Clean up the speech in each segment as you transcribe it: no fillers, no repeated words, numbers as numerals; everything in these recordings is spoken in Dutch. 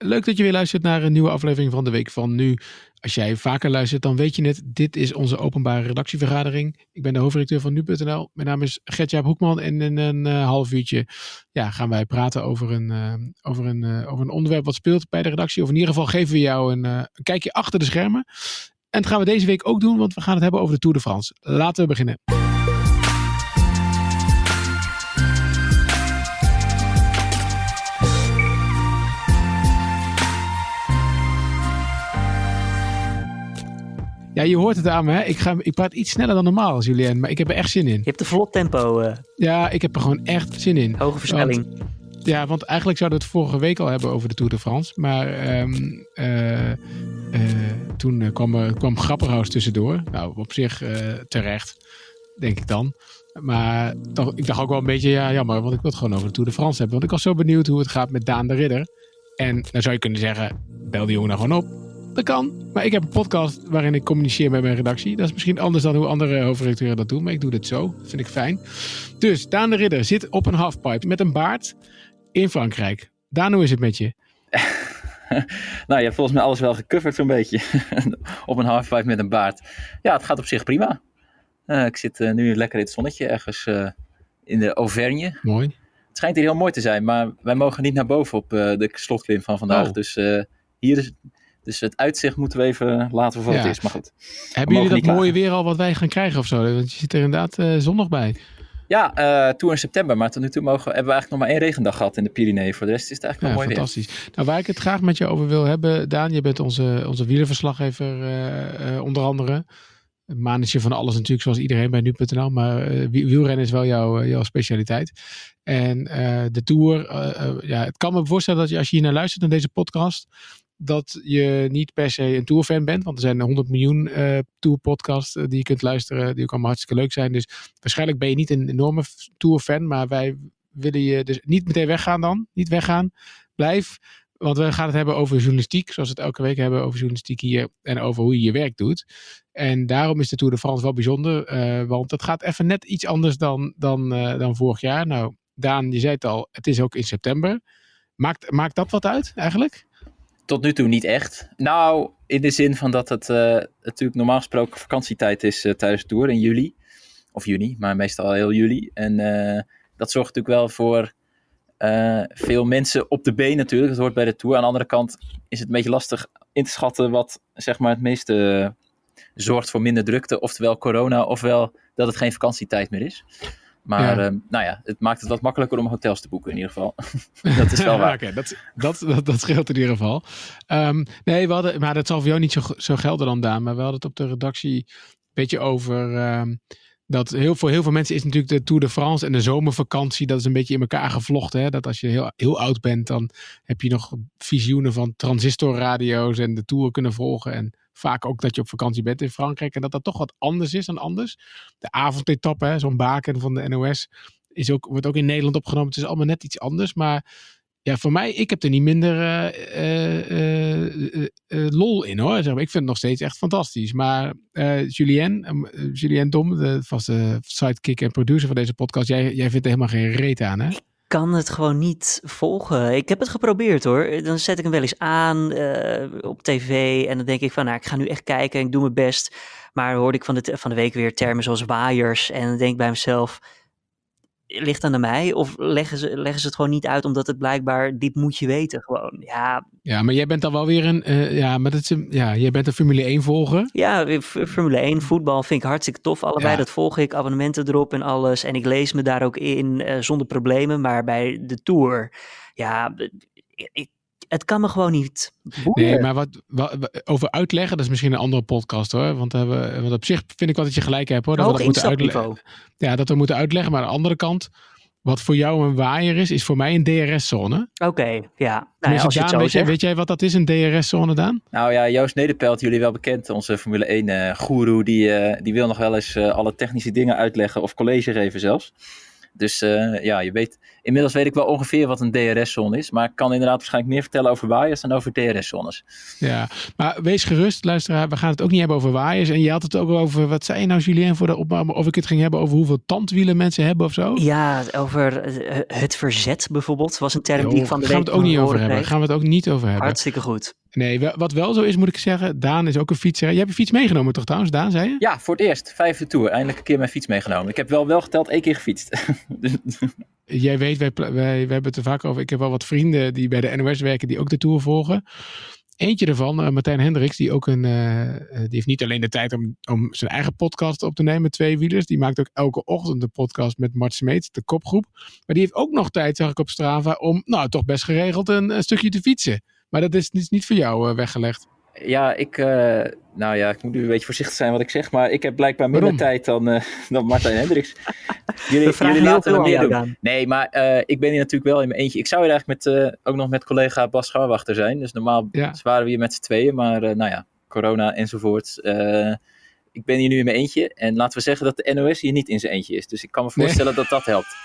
Leuk dat je weer luistert naar een nieuwe aflevering van de Week van Nu. Als jij vaker luistert, dan weet je het. Dit is onze openbare redactievergadering. Ik ben de hoofdredacteur van Nu.nl. Mijn naam is Gert-Jaap Hoekman. En in een half uurtje gaan wij praten over een onderwerp wat speelt bij de redactie. Of in ieder geval geven we jou een kijkje achter de schermen. En dat gaan we deze week ook doen, want we gaan het hebben over de Tour de France. Laten we beginnen. Ja, je hoort het aan me. Hè? Ik praat iets sneller dan normaal, Julien. Maar ik heb er echt zin in. Je hebt een vlot tempo. Ja, ik heb er gewoon echt zin in. Hoge versnelling. Want eigenlijk zouden we het vorige week al hebben over de Tour de France. Maar toen kwam Grapperhaus tussendoor. Nou, op zich terecht, denk ik dan. Maar ik dacht ook wel een beetje, jammer. Want ik wil het gewoon over de Tour de France hebben. Want ik was zo benieuwd hoe het gaat met Daan de Ridder. En dan zou je kunnen zeggen, bel die jongen nou gewoon op. Dat kan, maar ik heb een podcast waarin ik communiceer met mijn redactie. Dat is misschien anders dan hoe andere hoofdredacteuren dat doen, maar ik doe dit zo. Dat vind ik fijn. Dus Daan de Ridder zit op een halfpipe met een baard in Frankrijk. Daan, hoe is het met je? Nou, je hebt volgens mij alles wel gecoverd zo'n beetje. Op een halfpipe met een baard. Ja, het gaat op zich prima. Ik zit nu lekker in het zonnetje ergens in de Auvergne. Mooi. Het schijnt hier heel mooi te zijn, maar wij mogen niet naar boven op de slotklim van vandaag. Dus hier is... Dus het uitzicht moeten we even laten voor wat het is. Maar goed. Hebben jullie dat mooie weer al wat wij gaan krijgen of zo? Want je zit er inderdaad zonnig bij. Ja, Tour in september. Maar tot nu toe hebben we eigenlijk nog maar 1 regendag gehad in de Pyreneeën. Voor de rest is het eigenlijk nog mooi fantastisch. Weer. Nou, waar ik het graag met je over wil hebben, Daan. Je bent onze wielerverslaggever onder andere. Manetje van alles natuurlijk, zoals iedereen bij Nu.nl. Maar wielrennen is wel jouw specialiteit. En de Tour. Het kan me voorstellen dat als je hier naar luistert, naar deze podcast, dat je niet per se een Tour-fan bent. Want er zijn 100 miljoen Tour-podcasts die je kunt luisteren. Die ook allemaal hartstikke leuk zijn. Dus waarschijnlijk ben je niet een enorme Tour-fan. Maar wij willen je dus niet meteen weggaan dan. Niet weggaan. Blijf. Want we gaan het hebben over journalistiek. Zoals we het elke week hebben over journalistiek hier. En over hoe je je werk doet. En daarom is de Tour de France wel bijzonder. Want het gaat even net iets anders dan vorig jaar. Nou, Daan, je zei het al. Het is ook in september. Maakt dat wat uit eigenlijk? Tot nu toe niet echt. Nou, in de zin van dat het natuurlijk normaal gesproken vakantietijd is tijdens de Tour in juli. Of juni, maar meestal heel juli. En dat zorgt natuurlijk wel voor veel mensen op de been natuurlijk. Dat hoort bij de Tour. Aan de andere kant is het een beetje lastig in te schatten wat zeg maar het meeste zorgt voor minder drukte. Oftewel corona, ofwel dat het geen vakantietijd meer is. Maar het maakt het wat makkelijker om hotels te boeken in ieder geval. Dat is wel waar. Oké, dat scheelt in ieder geval. Maar dat zal voor jou niet zo gelden dan, Daan. Maar we hadden het op de redactie een beetje over dat voor heel veel mensen is natuurlijk de Tour de France en de zomervakantie, dat is een beetje in elkaar gevlochten. Hè? Dat als je heel, heel oud bent, dan heb je nog visioenen van transistorradio's en de Tour kunnen volgen. En vaak ook dat je op vakantie bent in Frankrijk. En dat toch wat anders is dan anders. De avondetappe, zo'n baken van de NOS, wordt ook in Nederland opgenomen. Het is allemaal net iets anders. Maar ja, voor mij, ik heb er niet minder lol in hoor. Ik vind het nog steeds echt fantastisch. Maar Julien Dom, de vaste sidekick en producer van deze podcast. Jij vindt er helemaal geen reet aan, hè? Kan het gewoon niet volgen. Ik heb het geprobeerd hoor. Dan zet ik hem wel eens aan op tv en dan denk ik van, ik ga nu echt kijken en ik doe mijn best. Maar hoorde ik van de week weer termen zoals waaiers en dan denk ik bij mezelf, ligt dat aan mij? Of leggen ze het gewoon niet uit omdat het blijkbaar, dit moet je weten gewoon. Ja, maar jij bent dan wel weer jij bent een Formule 1 volger. Ja, Formule 1, voetbal vind ik hartstikke tof. Allebei, dat volg ik, abonnementen erop en alles. En ik lees me daar ook in zonder problemen. Maar bij de Tour, het kan me gewoon niet boeien. Nee, maar wat over uitleggen, dat is misschien een andere podcast hoor. Want op zich vind ik wel dat je gelijk hebt hoor. Hoog instapniveau. Dat we moeten uitleggen. Maar aan de andere kant, wat voor jou een waaier is voor mij een DRS-zone. Oké, ja. Nou, als je het Daan, zo weet jij wat dat is, een DRS-zone, Daan? Nou ja, Joost Nederpelt, jullie wel bekend, onze Formule 1 goeroe, die wil nog wel eens alle technische dingen uitleggen of college geven zelfs. Dus je weet, inmiddels weet ik wel ongeveer wat een DRS-zone is. Maar ik kan inderdaad waarschijnlijk meer vertellen over waaiers dan over DRS-zones. Ja, maar wees gerust, luisteraar. We gaan het ook niet hebben over waaiers. En je had het ook over, wat zei je nou Julien voor de opname? Of ik het ging hebben over hoeveel tandwielen mensen hebben of zo? Ja, over het verzet bijvoorbeeld was een term die ik van de week Gaan we het ook niet over hebben. Gaan we het ook niet over hebben. Hartstikke goed. Nee, wat wel zo is, moet ik zeggen. Daan is ook een fietser. Je hebt je fiets meegenomen toch trouwens, Daan, zei je? Ja, voor het eerst. 5e Tour. Eindelijk een keer mijn fiets meegenomen. Ik heb wel geteld 1 keer gefietst. Jij weet, wij hebben het er vaak over. Ik heb wel wat vrienden die bij de NOS werken, die ook de Tour volgen. Eentje ervan, Martijn Hendricks, die heeft niet alleen de tijd om zijn eigen podcast op te nemen, 2 wielers. Die maakt ook elke ochtend een podcast met Mart Smeets, de kopgroep. Maar die heeft ook nog tijd, zag ik op Strava, om toch best geregeld een stukje te fietsen. Maar dat is niet voor jou weggelegd. Ja, ik moet nu een beetje voorzichtig zijn wat ik zeg, maar ik heb blijkbaar minder tijd dan Martijn Hendricks. Jullie laten hem meer doen. Nee, maar ik ben hier natuurlijk wel in mijn eentje. Ik zou hier eigenlijk ook nog met collega Bas Scharwachter zijn. Dus normaal waren we hier met z'n tweeën, maar corona enzovoort. Ik ben hier nu in mijn eentje en laten we zeggen dat de NOS hier niet in zijn eentje is. Dus ik kan me voorstellen dat dat helpt.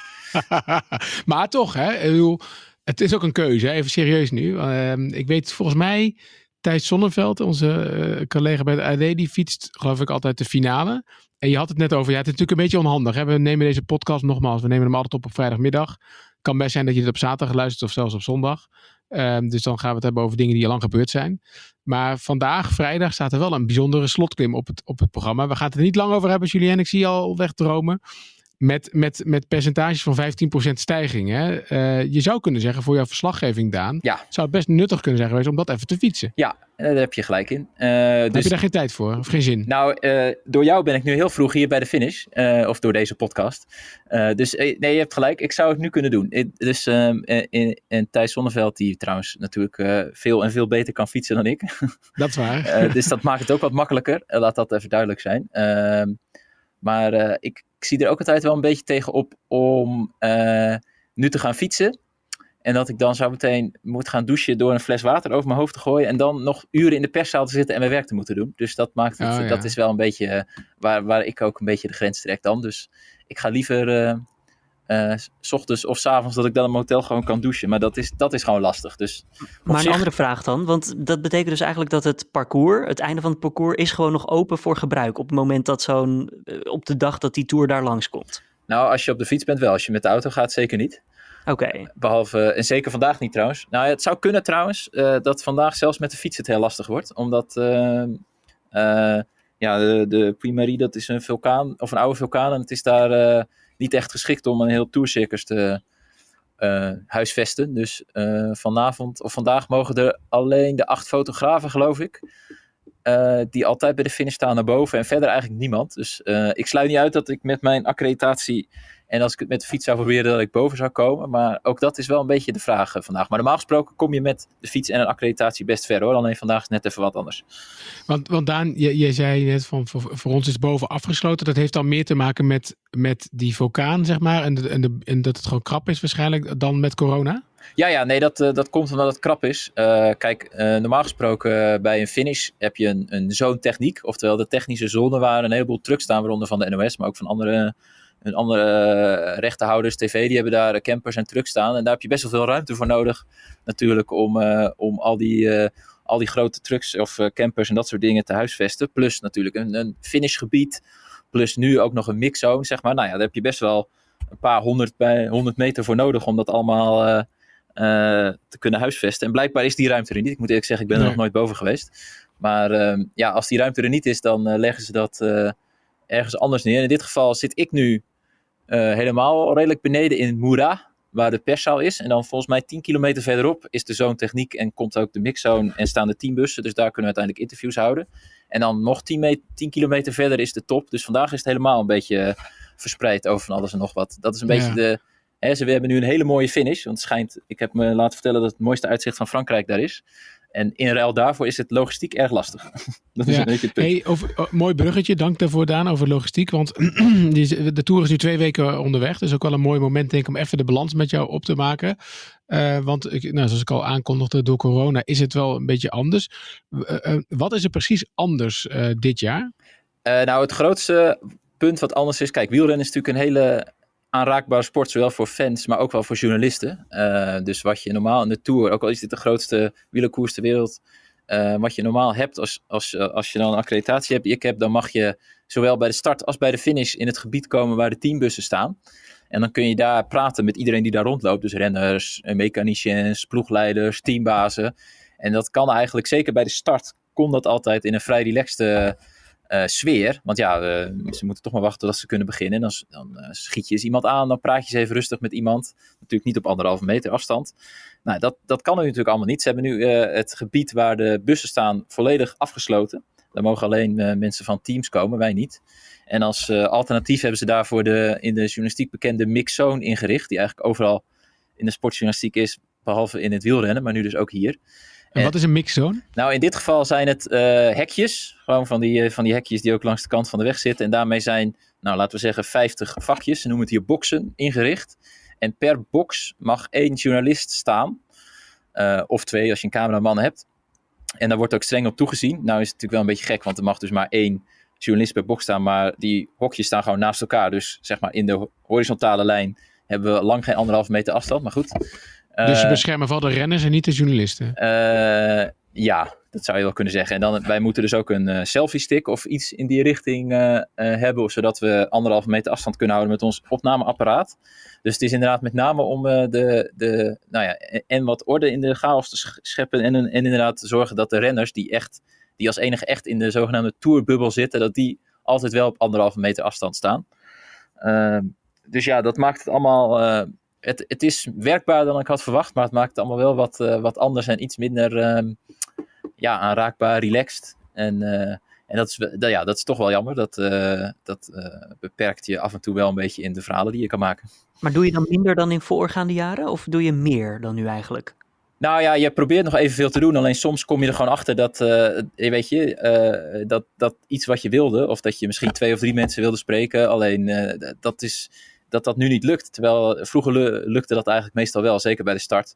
Maar toch, hè? Het is ook een keuze, hè? Even serieus nu. Ik weet volgens mij, Thijs Sonneveld, onze collega bij de AD, die fietst geloof ik altijd de finale. En je had het net over, het is natuurlijk een beetje onhandig. Hè? We nemen deze podcast nogmaals, we nemen hem altijd op vrijdagmiddag. Kan best zijn dat je het op zaterdag luistert of zelfs op zondag. Dus dan gaan we het hebben over dingen die al lang gebeurd zijn. Maar vandaag, vrijdag, staat er wel een bijzondere slotklim op het programma. We gaan het er niet lang over hebben, Julien. Ik zie je al wegdromen. Met percentages van 15% stijging. Hè? Je zou kunnen zeggen voor jouw verslaggeving, Daan. Ja. Zou het best nuttig kunnen zijn geweest om dat even te fietsen. Ja, daar heb je gelijk in. Heb je daar geen tijd voor? Of geen zin? Nou, door jou ben ik nu heel vroeg hier bij de finish. Of door deze podcast. Nee, je hebt gelijk. Ik zou het nu kunnen doen. En Thijs Sonneveld, die trouwens natuurlijk veel en veel beter kan fietsen dan ik. Dat is waar. Dus dat maakt het ook wat makkelijker. Laat dat even duidelijk zijn. Maar ik zie er ook altijd wel een beetje tegenop om nu te gaan fietsen. En dat ik dan zo meteen moet gaan douchen door een fles water over mijn hoofd te gooien. En dan nog uren in de perszaal te zitten en mijn werk te moeten doen. Dus dat maakt het, dat is wel een beetje waar ik ook een beetje de grens trek dan. Dus ik ga liever 's ochtends of 's avonds dat ik dan in mijn hotel gewoon kan douchen. Maar dat is gewoon lastig. Dus maar een andere vraag dan. Want dat betekent dus eigenlijk dat het einde van het parcours is gewoon nog open voor gebruik. Op het moment dat op de dag dat die Tour daar langskomt. Nou, als je op de fiets bent wel. Als je met de auto gaat, zeker niet. Oké. Behalve, en zeker vandaag niet trouwens. Nou, het zou kunnen trouwens dat vandaag zelfs met de fiets het heel lastig wordt. Omdat de Puy-Marie, dat is een vulkaan, of een oude vulkaan. En het is daar niet echt geschikt om een heel tourcircus te huisvesten. Dus vandaag mogen er alleen de 8 fotografen, geloof ik. Die altijd bij de finish staan naar boven. En verder eigenlijk niemand. Dus ik sluit niet uit dat ik met mijn accreditatie en als ik het met de fiets zou proberen dat ik boven zou komen. Maar ook dat is wel een beetje de vraag vandaag. Maar normaal gesproken kom je met de fiets en een accreditatie best ver hoor. Alleen vandaag is net even wat anders. Want Daan, jij zei net van voor ons is het boven afgesloten. Dat heeft dan meer te maken met die vulkaan, zeg maar. En dat het gewoon krap is waarschijnlijk dan met corona? Ja, nee, dat komt omdat het krap is. Kijk, normaal gesproken bij een finish heb je een zone techniek. Oftewel de technische zone waar een heleboel trucks staan. Waaronder van de NOS, maar ook van andere rechtenhouders, tv. Die hebben daar campers en trucks staan. En daar heb je best wel veel ruimte voor nodig. Natuurlijk om al die grote trucks of campers en dat soort dingen te huisvesten. Plus natuurlijk een finishgebied. Plus nu ook nog een mixzone, zeg maar. Nou ja, daar heb je best wel een paar 100 meter voor nodig om dat allemaal te kunnen huisvesten. En blijkbaar is die ruimte er niet. Ik moet eerlijk zeggen, ik ben er nog nooit boven geweest. Maar als die ruimte er niet is, dan leggen ze dat ergens anders neer. In dit geval zit ik nu helemaal redelijk beneden in Moura, waar de perszaal is. En dan volgens mij 10 kilometer verderop is de zone techniek en komt ook de mixzone en staan de teambussen. Dus daar kunnen we uiteindelijk interviews houden. En dan nog 10 kilometer verder is de top. Dus vandaag is het helemaal een beetje verspreid over van alles en nog wat. Dat is een beetje we hebben nu een hele mooie finish. Want het schijnt, ik heb me laten vertellen dat het mooiste uitzicht van Frankrijk daar is. En in ruil daarvoor is het logistiek erg lastig. Dat is een beetje het punt. Mooi bruggetje, dank daarvoor Daan over logistiek. Want de Tour is nu 2 weken onderweg. Dus ook wel een mooi moment denk ik om even de balans met jou op te maken. Want zoals ik al aankondigde, door corona is het wel een beetje anders. Wat is er precies anders dit jaar? Het grootste punt wat anders is. Kijk, wielrennen is natuurlijk een hele aanraakbare sport, zowel voor fans, maar ook wel voor journalisten. Dus wat je normaal in de Tour, ook al is dit de grootste wielerkoers ter wereld, wat je normaal hebt als je dan een accreditatie hebt, dan mag je zowel bij de start als bij de finish in het gebied komen waar de teambussen staan. En dan kun je daar praten met iedereen die daar rondloopt. Dus renners, mechaniciens, ploegleiders, teambazen. En dat kan eigenlijk, zeker bij de start, kon dat altijd in een vrij relaxte sfeer. Want ja, ze moeten toch maar wachten tot ze kunnen beginnen. Dan schiet je eens iemand aan, dan praat je eens even rustig met iemand. Natuurlijk niet op 1,5 meter afstand. Nou, dat kan nu natuurlijk allemaal niet. Ze hebben nu het gebied waar de bussen staan volledig afgesloten. Daar mogen alleen mensen van teams komen, wij niet. En als alternatief hebben ze daarvoor in de journalistiek bekende mixzone ingericht. Die eigenlijk overal in de sportjournalistiek is, behalve in het wielrennen, maar nu dus ook hier. En wat is een mixzone? Nou, in dit geval zijn het hekjes. Gewoon van die hekjes die ook langs de kant van de weg zitten. En daarmee zijn, nou laten we zeggen, 50 vakjes. Ze noemen het hier boxen, ingericht. En per box mag 1 journalist staan. Of 2 als je een cameraman hebt. En daar wordt ook streng op toegezien. Nou is het natuurlijk wel een beetje gek, want er mag dus maar 1 journalist per box staan. Maar die hokjes staan gewoon naast elkaar. Dus zeg maar in de horizontale lijn hebben we lang geen 1,5 meter afstand. Maar goed. Dus ze beschermen vooral de renners en niet de journalisten? Ja, dat zou je wel kunnen zeggen. En dan, wij moeten dus ook een selfie stick of iets in die richting hebben. Zodat we 1,5 meter afstand kunnen houden met ons opnameapparaat. Dus het is inderdaad met name om en wat orde in de chaos te scheppen. En inderdaad te zorgen dat de renners die als enige echt in de zogenaamde tourbubbel zitten. Dat die altijd wel op 1,5 meter afstand staan. Dus ja, dat maakt het allemaal... Het is werkbaarder dan ik had verwacht, maar het maakt het allemaal wel wat anders en iets minder aanraakbaar, relaxed. En dat is toch wel jammer. Dat beperkt je af en toe wel een beetje in de verhalen die je kan maken. Maar doe je dan minder dan in voorgaande jaren of doe je meer dan nu eigenlijk? Nou ja, je probeert nog evenveel te doen, alleen soms kom je er gewoon achter dat iets wat je wilde, of dat je misschien 2 of 3 mensen wilde spreken, alleen dat nu niet lukt. Terwijl vroeger lukte dat eigenlijk meestal wel, zeker bij de start.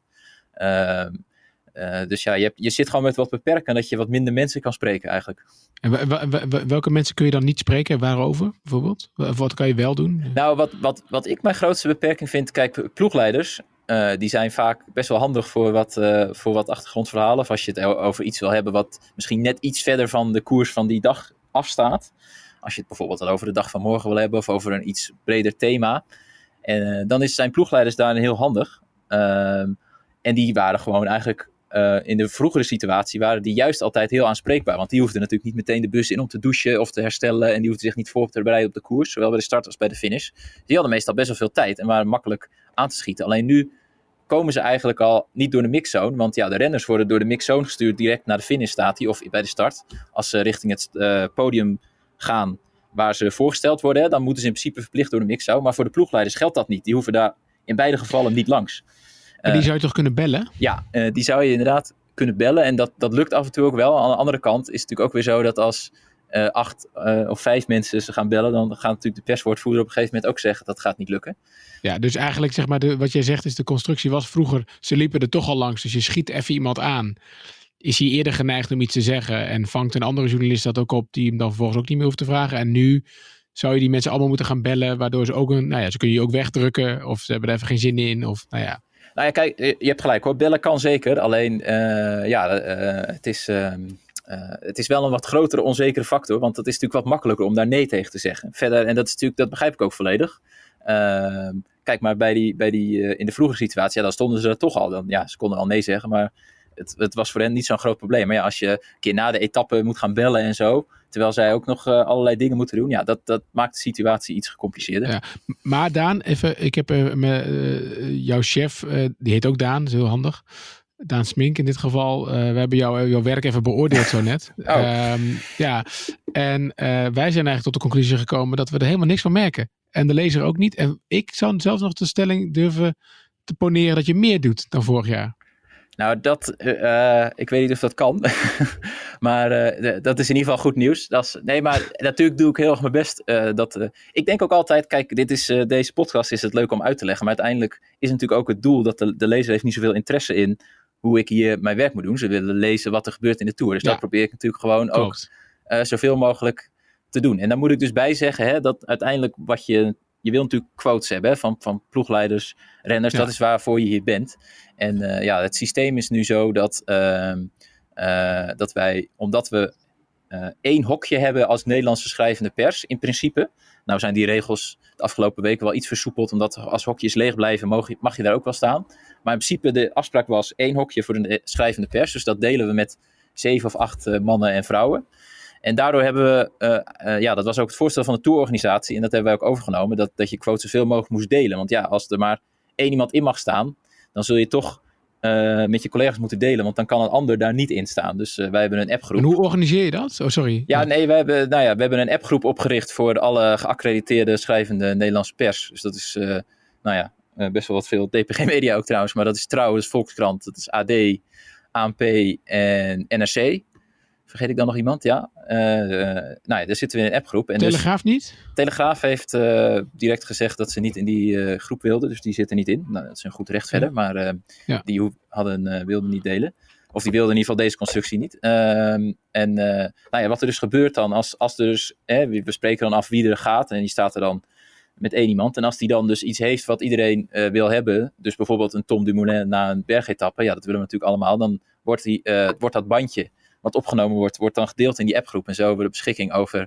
Dus ja, je zit gewoon met wat beperken dat je wat minder mensen kan spreken eigenlijk. En welke mensen kun je dan niet spreken? Waarover bijvoorbeeld? Wat kan je wel doen? Nou, wat ik mijn grootste beperking vind, kijk, ploegleiders, die zijn vaak best wel handig voor wat achtergrondverhalen. Of als je het over iets wil hebben wat misschien net iets verder van de koers van die dag afstaat. Als je het bijvoorbeeld over de dag van morgen wil hebben of over een iets breder thema. En dan zijn ploegleiders daarin heel handig. En die waren gewoon eigenlijk in de vroegere situatie waren die juist altijd heel aanspreekbaar. Want die hoefden natuurlijk niet meteen de bus in om te douchen of te herstellen. En die hoefden zich niet voor te bereiden op de koers. Zowel bij de start als bij de finish. Die hadden meestal best wel veel tijd en waren makkelijk aan te schieten. Alleen nu komen ze eigenlijk al niet door de mixzone. Want ja, de renners worden door de mixzone gestuurd direct naar de finish staat die, of bij de start. Als ze richting het podium gaan waar ze voorgesteld worden, dan moeten ze in principe verplicht door de mixzone. Maar voor de ploegleiders geldt dat niet. Die hoeven daar in beide gevallen niet langs. En die zou je toch kunnen bellen? Ja, die zou je inderdaad kunnen bellen. En dat lukt af en toe ook wel. Aan de andere kant is het natuurlijk ook weer zo dat als 8 of 5 mensen ze gaan bellen, dan gaat natuurlijk de perswoordvoerder op een gegeven moment ook zeggen dat gaat niet lukken. Ja, dus eigenlijk zeg maar, wat jij zegt is de constructie was vroeger, ze liepen er toch al langs. Dus je schiet even iemand aan. Is hij eerder geneigd om iets te zeggen en vangt een andere journalist dat ook op die hem dan vervolgens ook niet meer hoeft te vragen. En nu zou je die mensen allemaal moeten gaan bellen, waardoor ze ook ze kunnen je ook wegdrukken of ze hebben er even geen zin in. Of Nou ja, kijk, je hebt gelijk hoor. Bellen kan zeker. Alleen, het is wel een wat grotere onzekere factor. Want het is natuurlijk wat makkelijker om daar nee tegen te zeggen. Verder, en dat begrijp ik ook volledig. Kijk, maar in de vroegere situatie, dan stonden ze er toch al. Ze konden al nee zeggen, maar het was voor hen niet zo'n groot probleem. Maar ja, als je een keer na de etappe moet gaan bellen en zo, terwijl zij ook nog allerlei dingen moeten doen, dat maakt de situatie iets gecompliceerder. Ja. Maar Daan, even, ik heb jouw chef, die heet ook Daan, dat is heel handig. Daan Smink in dit geval. We hebben jouw werk even beoordeeld zo net. En wij zijn eigenlijk tot de conclusie gekomen dat we er helemaal niks van merken. En de lezer ook niet. En ik zou zelfs nog de stelling durven te poneren dat je meer doet dan vorig jaar. Nou, ik weet niet of dat kan. Maar dat is in ieder geval goed nieuws. Maar natuurlijk doe ik heel erg mijn best. Ik denk ook altijd, kijk, deze podcast is het leuk om uit te leggen. Maar uiteindelijk is natuurlijk ook het doel dat de lezer heeft niet zoveel interesse in hoe ik hier mijn werk moet doen. Ze willen lezen wat er gebeurt in de Tour. Dus dat probeer ik natuurlijk gewoon ook zoveel mogelijk te doen. En daar moet ik dus bij zeggen, dat uiteindelijk wat je je wil natuurlijk quotes hebben, hè, van ploegleiders, renners. Ja. Dat is waarvoor je hier bent. En het systeem is nu zo dat wij, omdat we 1 hokje hebben als Nederlandse schrijvende pers, in principe. Nou zijn die regels de afgelopen weken wel iets versoepeld, omdat als hokjes leeg blijven, mag je daar ook wel staan. Maar in principe de afspraak was 1 hokje voor de schrijvende pers. Dus dat delen we met 7 of 8 mannen en vrouwen. En daardoor hebben we, dat was ook het voorstel van de tourorganisatie, en dat hebben wij ook overgenomen, dat je quotes zoveel mogelijk moest delen. Want ja, als er maar 1 iemand in mag staan, dan zul je toch met je collega's moeten delen, want dan kan een ander daar niet in staan. Dus wij hebben een appgroep. En hoe organiseer je dat? Oh, sorry. Ja, nee, we hebben een appgroep opgericht voor alle geaccrediteerde schrijvende Nederlandse pers. Dus dat is, best wel wat veel DPG Media ook trouwens, maar dat is Trouw, dat is Volkskrant, dat is AD, ANP en NRC. Vergeet ik dan nog iemand? Ja. Daar zitten we in een appgroep. En Telegraaf dus, niet? Telegraaf heeft direct gezegd dat ze niet in die groep wilden. Dus die zitten niet in. Nou, dat is een goed recht verder. Maar die wilden niet delen. Of die wilden in ieder geval deze constructie niet. Wat er dus gebeurt dan, als er dus, we spreken dan af wie er gaat. En die staat er dan met 1 iemand. En als die dan dus iets heeft wat iedereen wil hebben. Dus bijvoorbeeld een Tom Dumoulin na een bergetappe. Ja, dat willen we natuurlijk allemaal. Dan wordt dat bandje wat opgenomen wordt dan gedeeld in die appgroep. En zo hebben we de beschikking over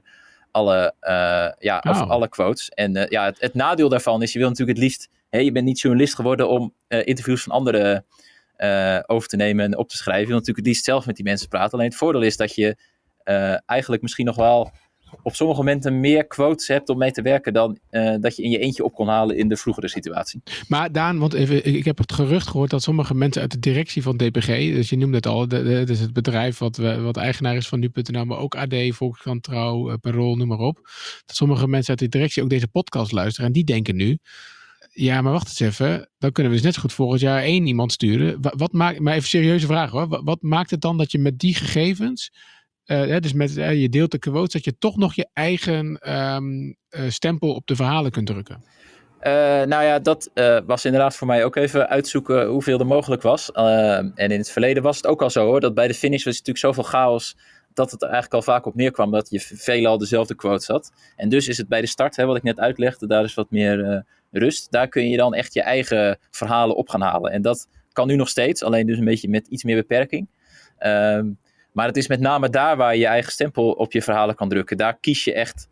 alle quotes. En het nadeel daarvan is, je wil natuurlijk het liefst, je bent niet journalist geworden om interviews van anderen over te nemen en op te schrijven. Je wil natuurlijk het liefst zelf met die mensen praten. Alleen het voordeel is dat je eigenlijk misschien nog wel op sommige momenten meer quotes hebt om mee te werken dan dat je in je eentje op kon halen in de vroegere situatie. Maar Daan, want even, ik heb het gerucht gehoord dat sommige mensen uit de directie van DPG, dus je noemde het al, het is het bedrijf wat eigenaar is van nu.nl, maar ook AD, Volkskrant, Trouw, Parool, noem maar op. Dat sommige mensen uit de directie ook deze podcast luisteren en die denken nu, ja, maar wacht eens even, dan kunnen we dus net zo goed volgend jaar 1 iemand sturen. Maar even serieuze vraag hoor, wat maakt het dan dat je met die gegevens, dus je deelt de quotes, dat je toch nog je eigen stempel op de verhalen kunt drukken? Dat was inderdaad voor mij ook even uitzoeken hoeveel er mogelijk was. En in het verleden was het ook al zo hoor, dat bij de finish was natuurlijk zoveel chaos dat het er eigenlijk al vaak op neerkwam dat je veelal dezelfde quotes had. En dus is het bij de start, wat ik net uitlegde, daar is wat meer rust. Daar kun je dan echt je eigen verhalen op gaan halen. En dat kan nu nog steeds, alleen dus een beetje met iets meer beperking. Maar het is met name daar waar je je eigen stempel op je verhalen kan drukken. Daar kies je echt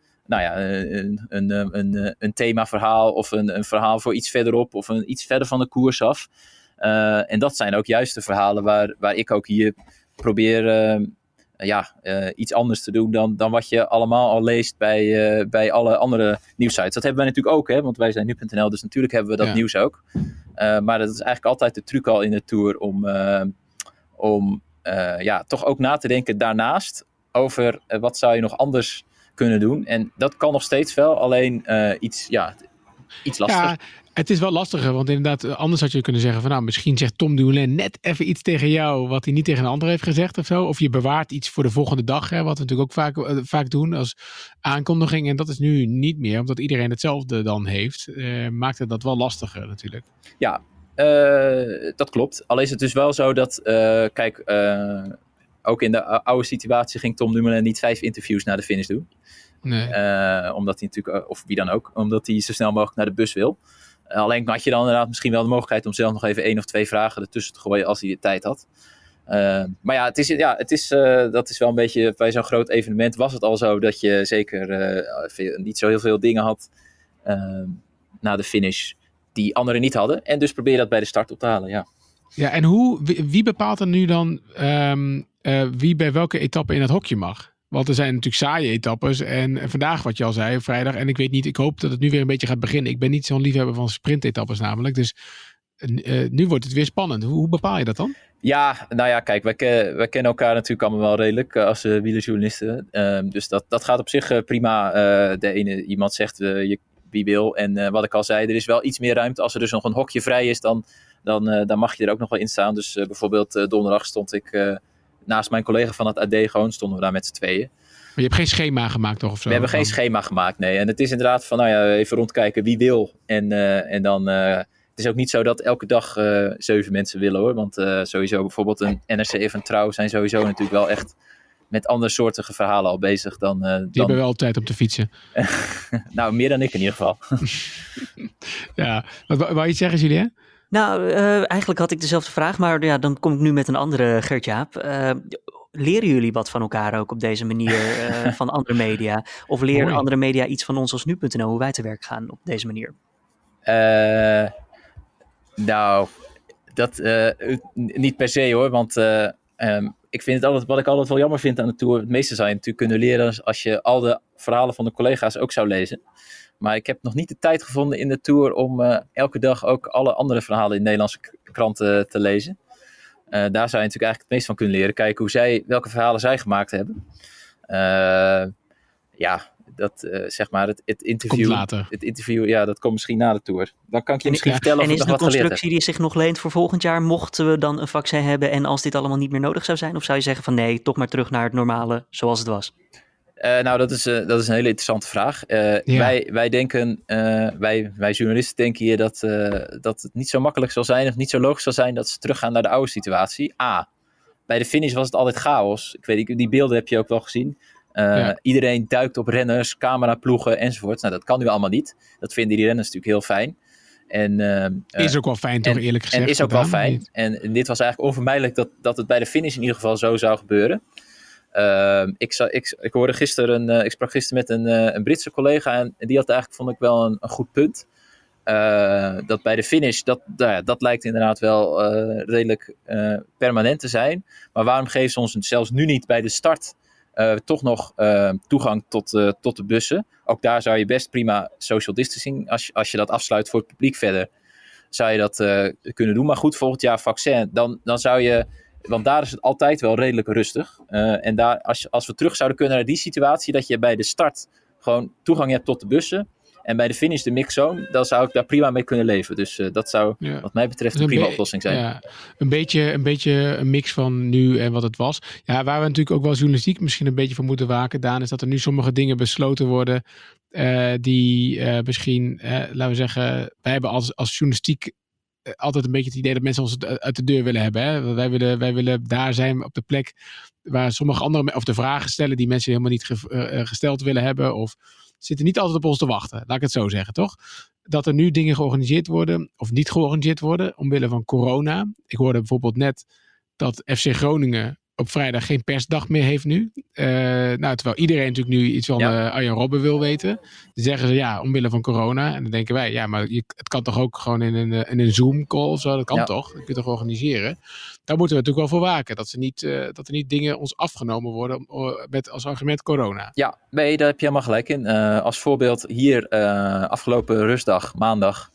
een themaverhaal of een verhaal voor iets verderop of iets verder van de koers af. En dat zijn ook juist de verhalen waar ik ook hier probeer iets anders te doen dan wat je allemaal al leest bij alle andere nieuwsites. Dat hebben wij natuurlijk ook, want wij zijn nu.nl, dus natuurlijk hebben we dat nieuws ook. Maar dat is eigenlijk altijd de truc al in de Tour om toch ook na te denken daarnaast over wat zou je nog anders kunnen doen. En dat kan nog steeds wel, alleen iets lastiger. Ja, het is wel lastiger, want inderdaad, anders had je kunnen zeggen van misschien zegt Tom Dumoulin net even iets tegen jou wat hij niet tegen een ander heeft gezegd of zo. Of je bewaart iets voor de volgende dag, wat we natuurlijk ook vaak doen als aankondiging. En dat is nu niet meer, omdat iedereen hetzelfde dan heeft. Maakt het dat wel lastiger natuurlijk. Ja, dat klopt. Al is het dus wel zo dat, ook in de oude situatie ging Tom Dumoulin niet 5 interviews na de finish doen. Nee. Omdat hij natuurlijk, of wie dan ook, omdat hij zo snel mogelijk naar de bus wil. Alleen had je dan inderdaad misschien wel de mogelijkheid om zelf nog even 1 of 2 vragen ertussen te gooien als hij de tijd had. Maar dat is wel een beetje, bij zo'n groot evenement was het al zo dat je zeker niet zo heel veel dingen had na de finish die anderen niet hadden. En dus probeer dat bij de start op te halen, ja. Ja, en wie bepaalt er nu dan wie bij welke etappe in het hokje mag? Want er zijn natuurlijk saaie etappes. En vandaag, wat je al zei, vrijdag. En ik weet niet, ik hoop dat het nu weer een beetje gaat beginnen. Ik ben niet zo'n liefhebber van sprintetappes namelijk. Dus nu wordt het weer spannend. Hoe bepaal je dat dan? Ja, kijk, wij kennen elkaar natuurlijk allemaal wel redelijk als wielerjournalisten. Dus dat gaat op zich prima. Iemand zegt wie wil. En wat ik al zei, er is wel iets meer ruimte. Als er dus nog een hokje vrij is, dan mag je er ook nog wel in staan. Dus bijvoorbeeld donderdag stond ik naast mijn collega van het AD stonden we daar met z'n tweeën. Maar je hebt geen schema gemaakt toch? Of zo? We hebben geen schema gemaakt, nee. En het is inderdaad van, even rondkijken wie wil. En dan, het is ook niet zo dat elke dag 7 mensen willen hoor. Want sowieso bijvoorbeeld een NRC of een Trouw zijn sowieso natuurlijk wel echt met andere soortige verhalen al bezig dan... Die hebben wel tijd om te fietsen. Nou, meer dan ik in ieder geval. Ja, wat wou je iets zeggen, Julien? Nou, eigenlijk had ik dezelfde vraag, maar ja, dan kom ik nu met een andere, Gert-Jaap. Leren jullie wat van elkaar ook op deze manier van andere media? Of leren andere media iets van ons als nu.nl, hoe wij te werk gaan op deze manier? Nou, dat niet per se hoor, want ik vind het altijd, wat ik altijd wel jammer vind aan de Tour, het meeste zou je natuurlijk kunnen leren als je al de verhalen van de collega's ook zou lezen. Maar ik heb nog niet de tijd gevonden in de Tour om elke dag ook alle andere verhalen in Nederlandse kranten te lezen. Daar zou je natuurlijk eigenlijk het meest van kunnen leren. Kijken welke verhalen zij gemaakt hebben. Zeg maar het interview. Komt later. Het interview, ja, dat komt misschien na de Tour. Dan kan ik je misschien vertellen of ik nog wat geleerd heb. En is de constructie die zich nog leent voor volgend jaar, mochten we dan een vaccin hebben en als dit allemaal niet meer nodig zou zijn? Of zou je zeggen van nee, toch maar terug naar het normale zoals het was? Nou, dat is een hele interessante vraag. Wij denken, wij journalisten denken hier dat het niet zo makkelijk zal zijn of niet zo logisch zal zijn dat ze teruggaan naar de oude situatie. Bij de finish was het altijd chaos. Ik weet, die beelden heb je ook wel gezien. Iedereen duikt op renners, cameraploegen enzovoort. Nou, dat kan nu allemaal niet. Dat vinden die renners natuurlijk heel fijn. Is ook wel fijn, toch eerlijk gezegd. En is ook wel fijn. En dit was eigenlijk onvermijdelijk dat het bij de finish in ieder geval zo zou gebeuren. Ik sprak gisteren met een Britse collega en die had eigenlijk, vond ik wel een goed punt. Dat bij de finish, dat lijkt inderdaad wel redelijk permanent te zijn. Maar waarom geven ze ons zelfs nu niet bij de start toch nog toegang tot de bussen? Ook daar zou je best prima social distancing, als je dat afsluit voor het publiek verder, zou je dat kunnen doen. Maar goed, volgend jaar vaccin, dan zou je... Want daar is het altijd wel redelijk rustig. En daar, als we terug zouden kunnen naar die situatie, dat je bij de start gewoon toegang hebt tot de bussen. En bij de finish de mixzone, dan zou ik daar prima mee kunnen leven. Dus dat zou wat mij betreft een prima oplossing zijn. Ja, een beetje een mix van nu en wat het was. Ja, waar we natuurlijk ook wel journalistiek misschien een beetje voor moeten waken, Daan, is dat er nu sommige dingen besloten worden die misschien, laten we zeggen, wij hebben als journalistiek altijd een beetje het idee dat mensen ons uit de deur willen hebben. Hè? Wij willen daar zijn op de plek waar sommige anderen, of de vragen stellen die mensen helemaal niet gesteld willen hebben, of zitten niet altijd op ons te wachten. Laat ik het zo zeggen, toch? Dat er nu dingen georganiseerd worden, of niet georganiseerd worden, omwille van corona. Ik hoorde bijvoorbeeld net dat FC Groningen op vrijdag geen persdag meer heeft nu. Terwijl iedereen natuurlijk nu iets van Arjen Robben wil weten. Dan zeggen ze omwille van corona. En dan denken wij, maar het kan toch ook gewoon in een Zoom-call of zo. Dat kan toch? Dat kun je toch organiseren? Daar moeten we natuurlijk wel voor waken. Dat er niet dingen ons afgenomen worden met als argument corona. Ja, nee, daar heb je helemaal gelijk in. Als voorbeeld hier afgelopen rustdag, maandag,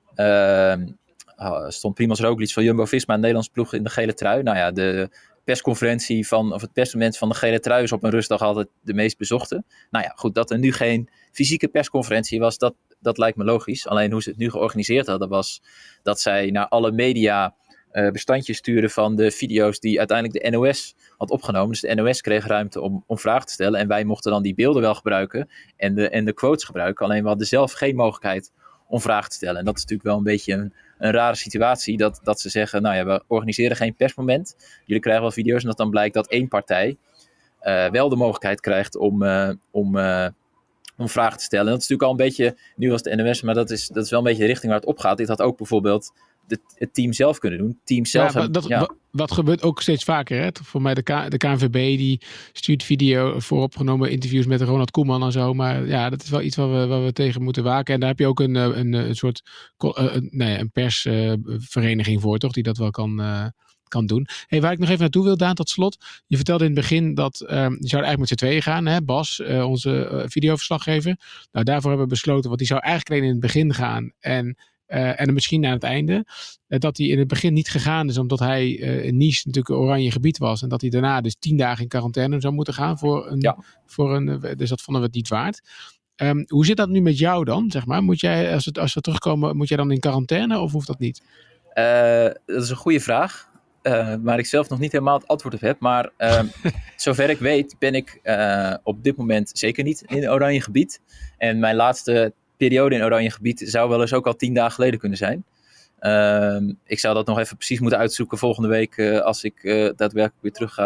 stond Primož Roglič van Jumbo-Visma, een Nederlands ploeg in de gele trui. Nou ja, de persconferentie het persmoment van de gele trui is op een rustdag altijd de meest bezochte. Nou ja, goed, dat er nu geen fysieke persconferentie was, dat lijkt me logisch. Alleen hoe ze het nu georganiseerd hadden was dat zij naar alle media bestandjes sturen van de video's die uiteindelijk de NOS had opgenomen. Dus de NOS kreeg ruimte om vragen te stellen en wij mochten dan die beelden wel gebruiken en de quotes gebruiken. Alleen we hadden zelf geen mogelijkheid om vragen te stellen. En dat is natuurlijk wel een beetje een rare situatie, dat ze zeggen, we organiseren geen persmoment. Jullie krijgen wel video's en dat dan blijkt dat één partij wel de mogelijkheid krijgt om vragen te stellen. En dat is natuurlijk al een beetje, nu was het NOS, maar dat is wel een beetje de richting waar het op gaat. Dit had ook bijvoorbeeld het team zelf kunnen doen. Team zelf wat gebeurt ook steeds vaker. Hè? Voor mij de KNVB die stuurt video vooropgenomen interviews met Ronald Koeman en zo. Maar ja, dat is wel iets waar we tegen moeten waken. En daar heb je ook een soort een persvereniging voor, toch? Die dat wel kan doen. Hey, waar ik nog even naartoe wil, Daan, tot slot. Je vertelde in het begin dat je zou eigenlijk met z'n tweeën gaan. Hè? Bas, onze videoverslaggever. Nou, daarvoor hebben we besloten, want die zou eigenlijk alleen in het begin gaan. En dan misschien aan het einde. Dat hij in het begin niet gegaan is, omdat hij in Nice natuurlijk een oranje gebied was. En dat hij daarna dus 10 dagen in quarantaine zou moeten gaan dus dat vonden we het niet waard. Hoe zit dat nu met jou dan, zeg maar? Moet jij, als we terugkomen, moet jij dan in quarantaine of hoeft dat niet? Dat is een goede vraag. Waar ik zelf nog niet helemaal het antwoord op heb. Maar zover ik weet ben ik op dit moment zeker niet in oranje gebied. En mijn laatste periode in oranje gebied zou wel eens ook al 10 dagen geleden kunnen zijn. Ik zou dat nog even precies moeten uitzoeken volgende week als ik daadwerkelijk weer terug ga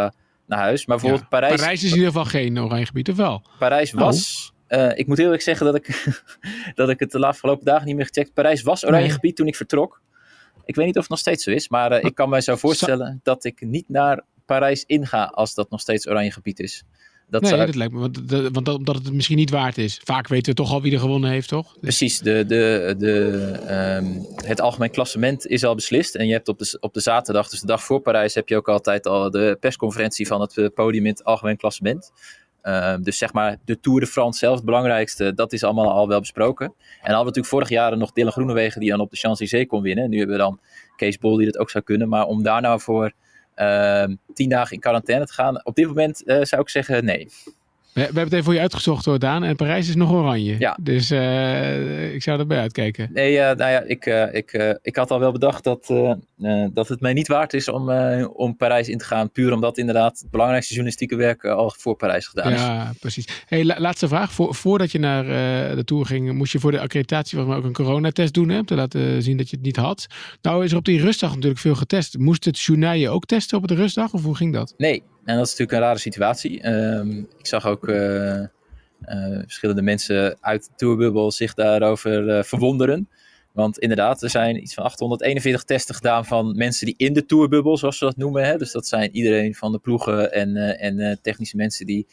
naar huis. Maar bijvoorbeeld Parijs... Parijs is in ieder geval geen oranje gebied, of wel? Parijs was... ik moet heel eerlijk zeggen dat ik het de afgelopen dagen niet meer gecheckt. Parijs was oranje gebied toen ik vertrok. Ik weet niet of het nog steeds zo is. Maar ik kan me zo voorstellen dat ik niet naar Parijs inga als dat nog steeds oranje gebied is. Dat lijkt me. Want omdat het misschien niet waard is. Vaak weten we toch al wie er gewonnen heeft, toch? Dus... Precies. Het algemeen klassement is al beslist. En je hebt op de zaterdag, dus de dag voor Parijs, heb je ook altijd al de persconferentie van het podium in het algemeen klassement. Dus zeg maar de Tour de France zelf, het belangrijkste, dat is allemaal al wel besproken. En dan hadden we natuurlijk vorig jaar nog Dylan Groenewegen die dan op de Champs-Élysées kon winnen. En nu hebben we dan Kees Bol die dat ook zou kunnen. Maar om daar nou voor 10 dagen in quarantaine te gaan, op dit moment zou ik zeggen nee. We hebben het even voor je uitgezocht hoor, Daan. En Parijs is nog oranje. Ja. Dus ik zou erbij uitkijken. Nee, ik had al wel bedacht dat het mij niet waard is om Parijs in te gaan. Puur omdat inderdaad het belangrijkste journalistieke werk al voor Parijs gedaan is. Ja, precies. Hey, laatste vraag. Voordat je naar de Tour ging, moest je voor de accreditatie volgens mij ook een coronatest doen. Hè, om te laten zien dat je het niet had. Nou is er op die rustdag natuurlijk veel getest. Moest het journaal je ook testen op de rustdag? Of hoe ging dat? Nee. En dat is natuurlijk een rare situatie. Ik zag ook verschillende mensen uit de Tourbubbel zich daarover verwonderen. Want inderdaad, er zijn iets van 841 testen gedaan van mensen die in de Tourbubbel, zoals ze dat noemen. Hè? Dus dat zijn iedereen van de ploegen en technische mensen die,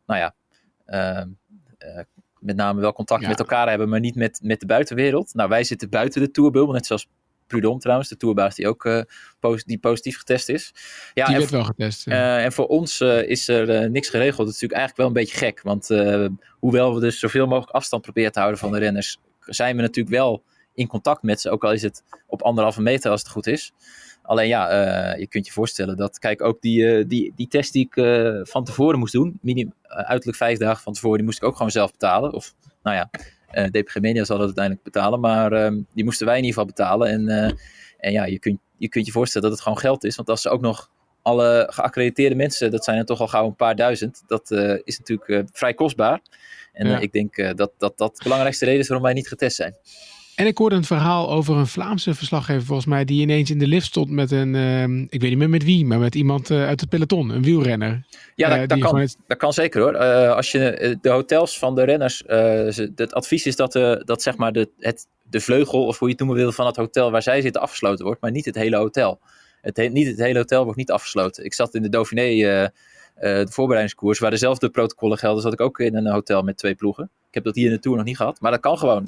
met name wel contact met elkaar hebben, maar niet met de buitenwereld. Nou, wij zitten buiten de Tourbubbel, net zoals Prudhomme trouwens, de tourbaas die ook die positief getest is. Ja, die werd wel getest. Ja. En voor ons is er niks geregeld. Dat is natuurlijk eigenlijk wel een beetje gek. Want hoewel we dus zoveel mogelijk afstand proberen te houden van de renners, zijn we natuurlijk wel in contact met ze. Ook al is het op 1,5 meter als het goed is. Alleen je kunt je voorstellen dat, kijk, ook die test die ik van tevoren moest doen, uiterlijk 5 dagen van tevoren, die moest ik ook gewoon zelf betalen. Of, DPG Media zal dat uiteindelijk betalen, maar die moesten wij in ieder geval betalen. Je kunt je voorstellen dat het gewoon geld is, want als ze ook nog alle geaccrediteerde mensen, dat zijn er toch al gauw een paar duizend, dat is natuurlijk vrij kostbaar. En ik denk dat de belangrijkste reden is waarom wij niet getest zijn. En ik hoorde een verhaal over een Vlaamse verslaggever volgens mij, die ineens in de lift stond met ik weet niet meer met wie, maar met iemand uit het peloton, een wielrenner. Ja, dat kan zeker hoor. Als je de hotels van de renners, het advies is dat zeg maar de vleugel, of hoe je het noemen wil, van het hotel waar zij zitten afgesloten wordt, maar niet het hele hotel. Niet het hele hotel wordt niet afgesloten. Ik zat in de Dauphiné, de voorbereidingskoers, waar dezelfde protocollen gelden, zat ik ook in een hotel met 2 ploegen. Ik heb dat hier in de Tour nog niet gehad, maar dat kan gewoon.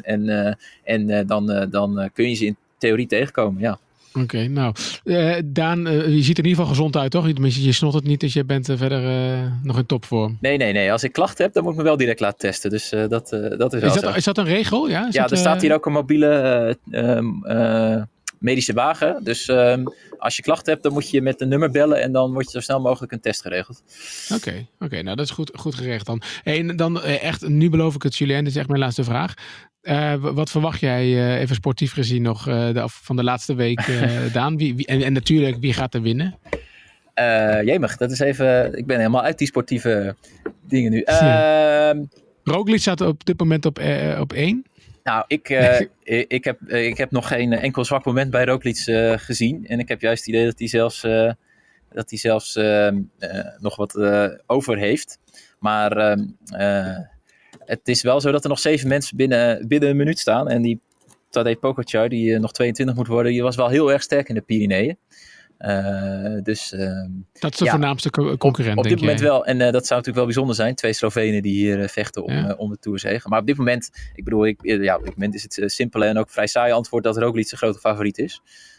Dan kun je ze in theorie tegenkomen, ja. Oké, nou. Daan, je ziet er in ieder geval gezond uit, toch? Je snot het niet, dus je bent verder nog in topvorm. Nee. Als ik klachten heb, dan moet ik me wel direct laten testen. Dus dat is wel zo. Is dat een regel? Ja, er staat hier ook een mobiele medische wagen. Dus als je klachten hebt, dan moet je met een nummer bellen en dan wordt je zo snel mogelijk een test geregeld. Oké, nou dat is goed geregeld dan. En dan echt, nu beloof ik het, Julien, dit is echt mijn laatste vraag. Wat verwacht jij even sportief gezien nog van de laatste week, Daan? En natuurlijk, wie gaat er winnen? Jemig, dat is even... Ik ben helemaal uit die sportieve dingen nu. Roglic staat op dit moment op 1. Nou, ik heb nog geen enkel zwak moment bij Roglic gezien. En ik heb juist het idee dat hij zelfs nog wat over heeft. Maar het is wel zo dat er nog 7 mensen binnen een minuut staan. En die Tadej Pogačar, die nog 22 moet worden, die was wel heel erg sterk in de Pyreneeën. Dat is de voornaamste concurrent, op dit moment wel. En dat zou natuurlijk wel bijzonder zijn. 2 Slovenen die hier vechten om de Tourzege. Maar op dit moment, op dit moment is het simpele en ook vrij saai antwoord dat Roglic zijn grote favoriet is.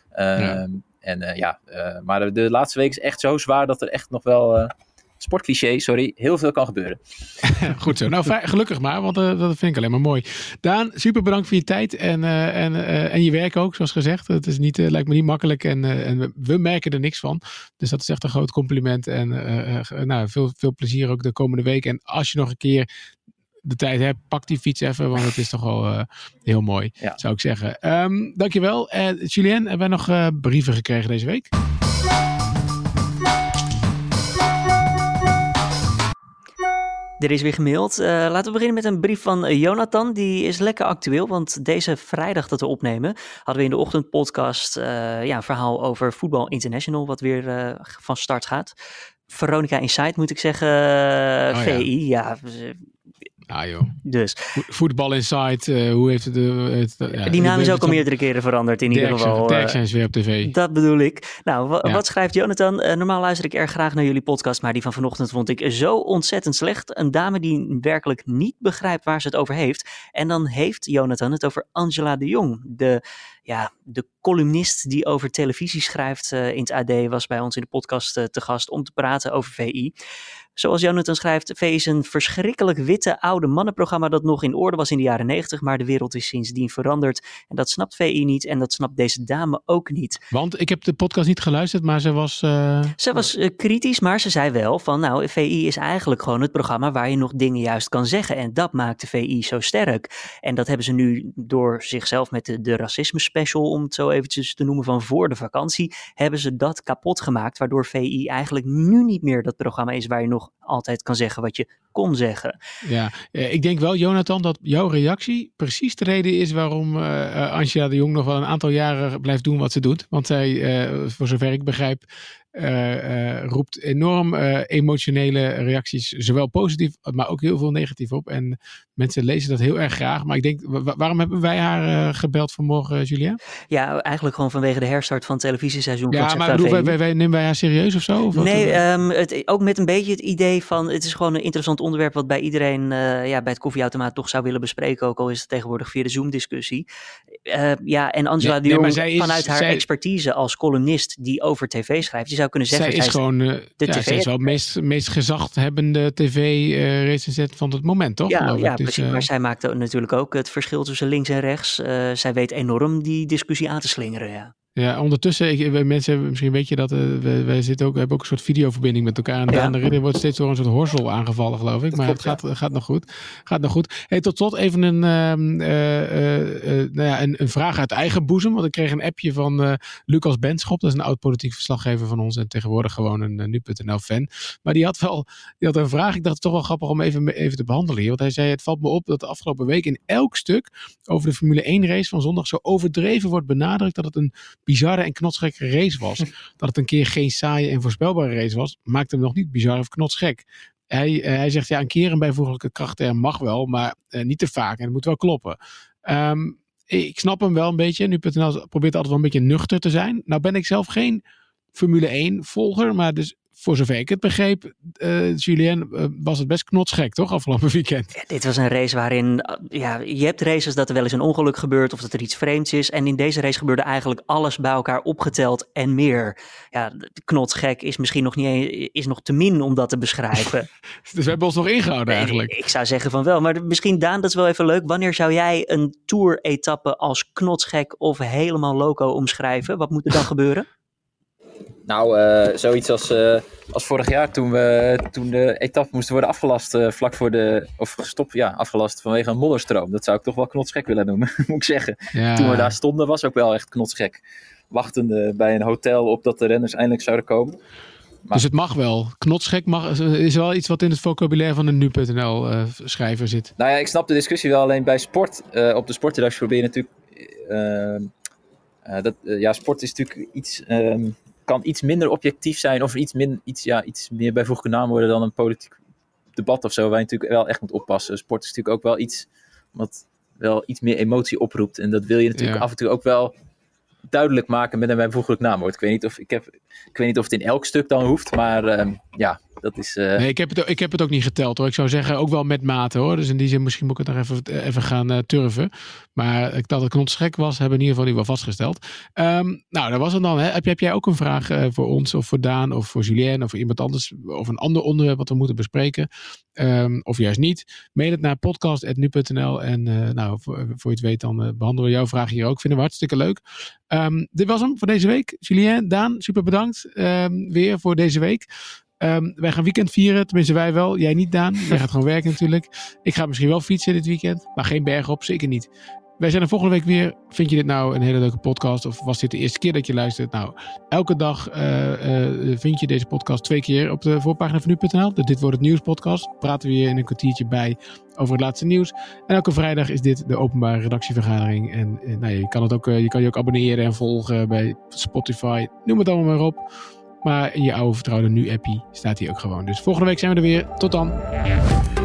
Maar de laatste week is echt zo zwaar dat er echt nog wel... sportcliché, heel veel kan gebeuren. Goed zo. Nou, gelukkig maar, want dat vind ik alleen maar mooi. Daan, super bedankt voor je tijd en je werk ook, zoals gezegd. Het is lijkt me niet makkelijk en we merken er niks van. Dus dat is echt een groot compliment en veel plezier ook de komende week. En als je nog een keer de tijd hebt, pak die fiets even, want het is toch wel heel mooi, zou ik zeggen. Dankjewel. Julien, hebben wij nog brieven gekregen deze week? Er is weer gemaild. Laten we beginnen met een brief van Jonathan. Die is lekker actueel, want deze vrijdag dat we opnemen, hadden we in de ochtendpodcast een verhaal over Voetbal International, wat weer van start gaat. Veronica Inside moet ik zeggen. VI, ja. Joh. Dus. Voetbal Inside, hoe heeft het... die naam is ook al meerdere keren veranderd in ieder geval. Dirk zijn ze weer op tv. Dat bedoel ik. Nou, wat schrijft Jonathan? Normaal luister ik erg graag naar jullie podcast, maar die van vanochtend vond ik zo ontzettend slecht. Een dame die werkelijk niet begrijpt waar ze het over heeft. En dan heeft Jonathan het over Angela de Jong. De columnist die over televisie schrijft in het AD was bij ons in de podcast te gast om te praten over VI. Zoals Jonathan schrijft, VI is een verschrikkelijk witte oude mannenprogramma dat nog in orde was in de jaren 90, maar de wereld is sindsdien veranderd. En dat snapt VI niet en dat snapt deze dame ook niet. Want ik heb de podcast niet geluisterd, maar ze was... Ze was kritisch, maar ze zei wel van VI is eigenlijk gewoon het programma waar je nog dingen juist kan zeggen. En dat maakt de VI zo sterk. En dat hebben ze nu door zichzelf met de racisme special, om het zo eventjes te noemen, van voor de vakantie, hebben ze dat kapot gemaakt, waardoor VI eigenlijk nu niet meer dat programma is waar je nog altijd kan zeggen wat je kon zeggen. Ja, ik denk wel, Jonathan, dat jouw reactie precies de reden is waarom Angela de Jong nog wel een aantal jaren blijft doen wat ze doet. Want zij, voor zover ik begrijp, roept enorm emotionele reacties, zowel positief, maar ook heel veel negatief op. En mensen lezen dat heel erg graag. Maar ik denk, waarom hebben wij haar gebeld vanmorgen, Julien? Ja, eigenlijk gewoon vanwege de herstart van het televisieseizoen. Ja, maar nemen wij haar serieus of zo? Of nee, ook met een beetje het idee van, het is gewoon een interessant onderwerp wat bij iedereen bij het koffieautomaat toch zou willen bespreken, ook al is het tegenwoordig via de Zoom-discussie. En Angela de Jong, vanuit haar expertise als columnist die over tv schrijft, je zou kunnen zeggen, zij is gewoon zij is wel meest gezaghebbende tv-recensent van het moment, toch? Ja, precies. Maar zij maakt natuurlijk ook het verschil tussen links en rechts. Zij weet enorm die discussie aan te slingeren, ja. Ja, ondertussen, mensen hebben, misschien weet je dat, wij hebben ook een soort videoverbinding met elkaar. En Daan de Ridder wordt steeds door een soort horsel aangevallen, geloof ik. Maar het gaat nog goed. Hey, tot slot even een vraag uit eigen boezem. Want ik kreeg een appje van Lucas Benschop. Dat is een oud politiek verslaggever van ons en tegenwoordig gewoon een nu.nl fan. Maar die had een vraag. Ik dacht het toch wel grappig om even te behandelen hier. Want hij zei, het valt me op dat de afgelopen week in elk stuk over de Formule 1 race van zondag zo overdreven wordt benadrukt dat het een bizarre en knotsgekke race was. Dat het een keer geen saaie en voorspelbare race was, maakt hem nog niet bizar of knotsgek. Hij zegt, een keer een bijvoeglijke krachtterm mag wel, maar niet te vaak en het moet wel kloppen. Ik snap hem wel een beetje. Nu.nl probeert altijd wel een beetje nuchter te zijn. Nou ben ik zelf geen Formule 1 volger, maar dus voor zover ik het begreep, Julien, was het best knotsgek, toch? Afgelopen weekend. Ja, dit was een race waarin, je hebt races dat er wel eens een ongeluk gebeurt of dat er iets vreemds is. En in deze race gebeurde eigenlijk alles bij elkaar opgeteld en meer. Ja, knotsgek is misschien nog niet is nog te min om dat te beschrijven. Dus we hebben ons nog ingehouden eigenlijk. Ik zou zeggen van wel, maar misschien Daan, dat is wel even leuk. Wanneer zou jij een tour-etappe als knotsgek of helemaal loco omschrijven? Wat moet er dan gebeuren? Nou, zoiets als vorig jaar toen de etappe moest worden afgelast afgelast vanwege een modderstroom. Dat zou ik toch wel knotsgek willen noemen, moet ik zeggen. Ja. Toen we daar stonden was ook wel echt knotsgek. Wachtende bij een hotel op dat de renners eindelijk zouden komen. Maar... Dus het mag wel. Knotsgek is wel iets wat in het vocabulaire van een nu.nl schrijver zit. Nou ja, ik snap de discussie wel, alleen bij sport. Op de sportredactie probeer je natuurlijk... sport is natuurlijk iets... kan iets minder objectief zijn of iets meer bijvoeglijke naam worden dan een politiek debat of zo, waar je natuurlijk wel echt moet oppassen. Sport is natuurlijk ook wel iets wat wel iets meer emotie oproept en dat wil je natuurlijk af en toe ook wel duidelijk maken met een bijvoeglijk naamwoord. Ik weet niet of het in elk stuk dan hoeft, maar dat is... Nee, ik heb het ook niet geteld hoor. Ik zou zeggen ook wel met mate hoor. Dus in die zin misschien moet ik het nog even gaan turven. Maar dat het knotsgek was, hebben we in ieder geval niet wel vastgesteld. Dat was het dan. Hè. Heb jij ook een vraag voor ons of voor Daan of voor Julien of voor iemand anders of een ander onderwerp wat we moeten bespreken? Of juist niet. Mail het naar podcast@nu.nl en voor je het weet dan behandelen we jouw vraag hier ook. Vinden we hartstikke leuk. Dit was hem voor deze week. Julien, Daan, super bedankt weer voor deze week. Wij gaan weekend vieren, tenminste wij wel. Jij niet, Daan. Jij gaat gewoon werken natuurlijk. Ik ga misschien wel fietsen dit weekend, maar geen bergen op, zeker niet. Wij zijn er volgende week weer. Vind je dit nou een hele leuke podcast? Of was dit de eerste keer dat je luistert? Nou, elke dag vind je deze podcast 2 keer op de voorpagina van nu.nl. De Dit Wordt Het Nieuws podcast. Praten we hier in een kwartiertje bij over het laatste nieuws. En elke vrijdag is dit de openbare redactievergadering. En je kan je ook abonneren en volgen bij Spotify. Noem het allemaal maar op. Maar in je oude vertrouwde nu-appie staat hij ook gewoon. Dus volgende week zijn we er weer. Tot dan.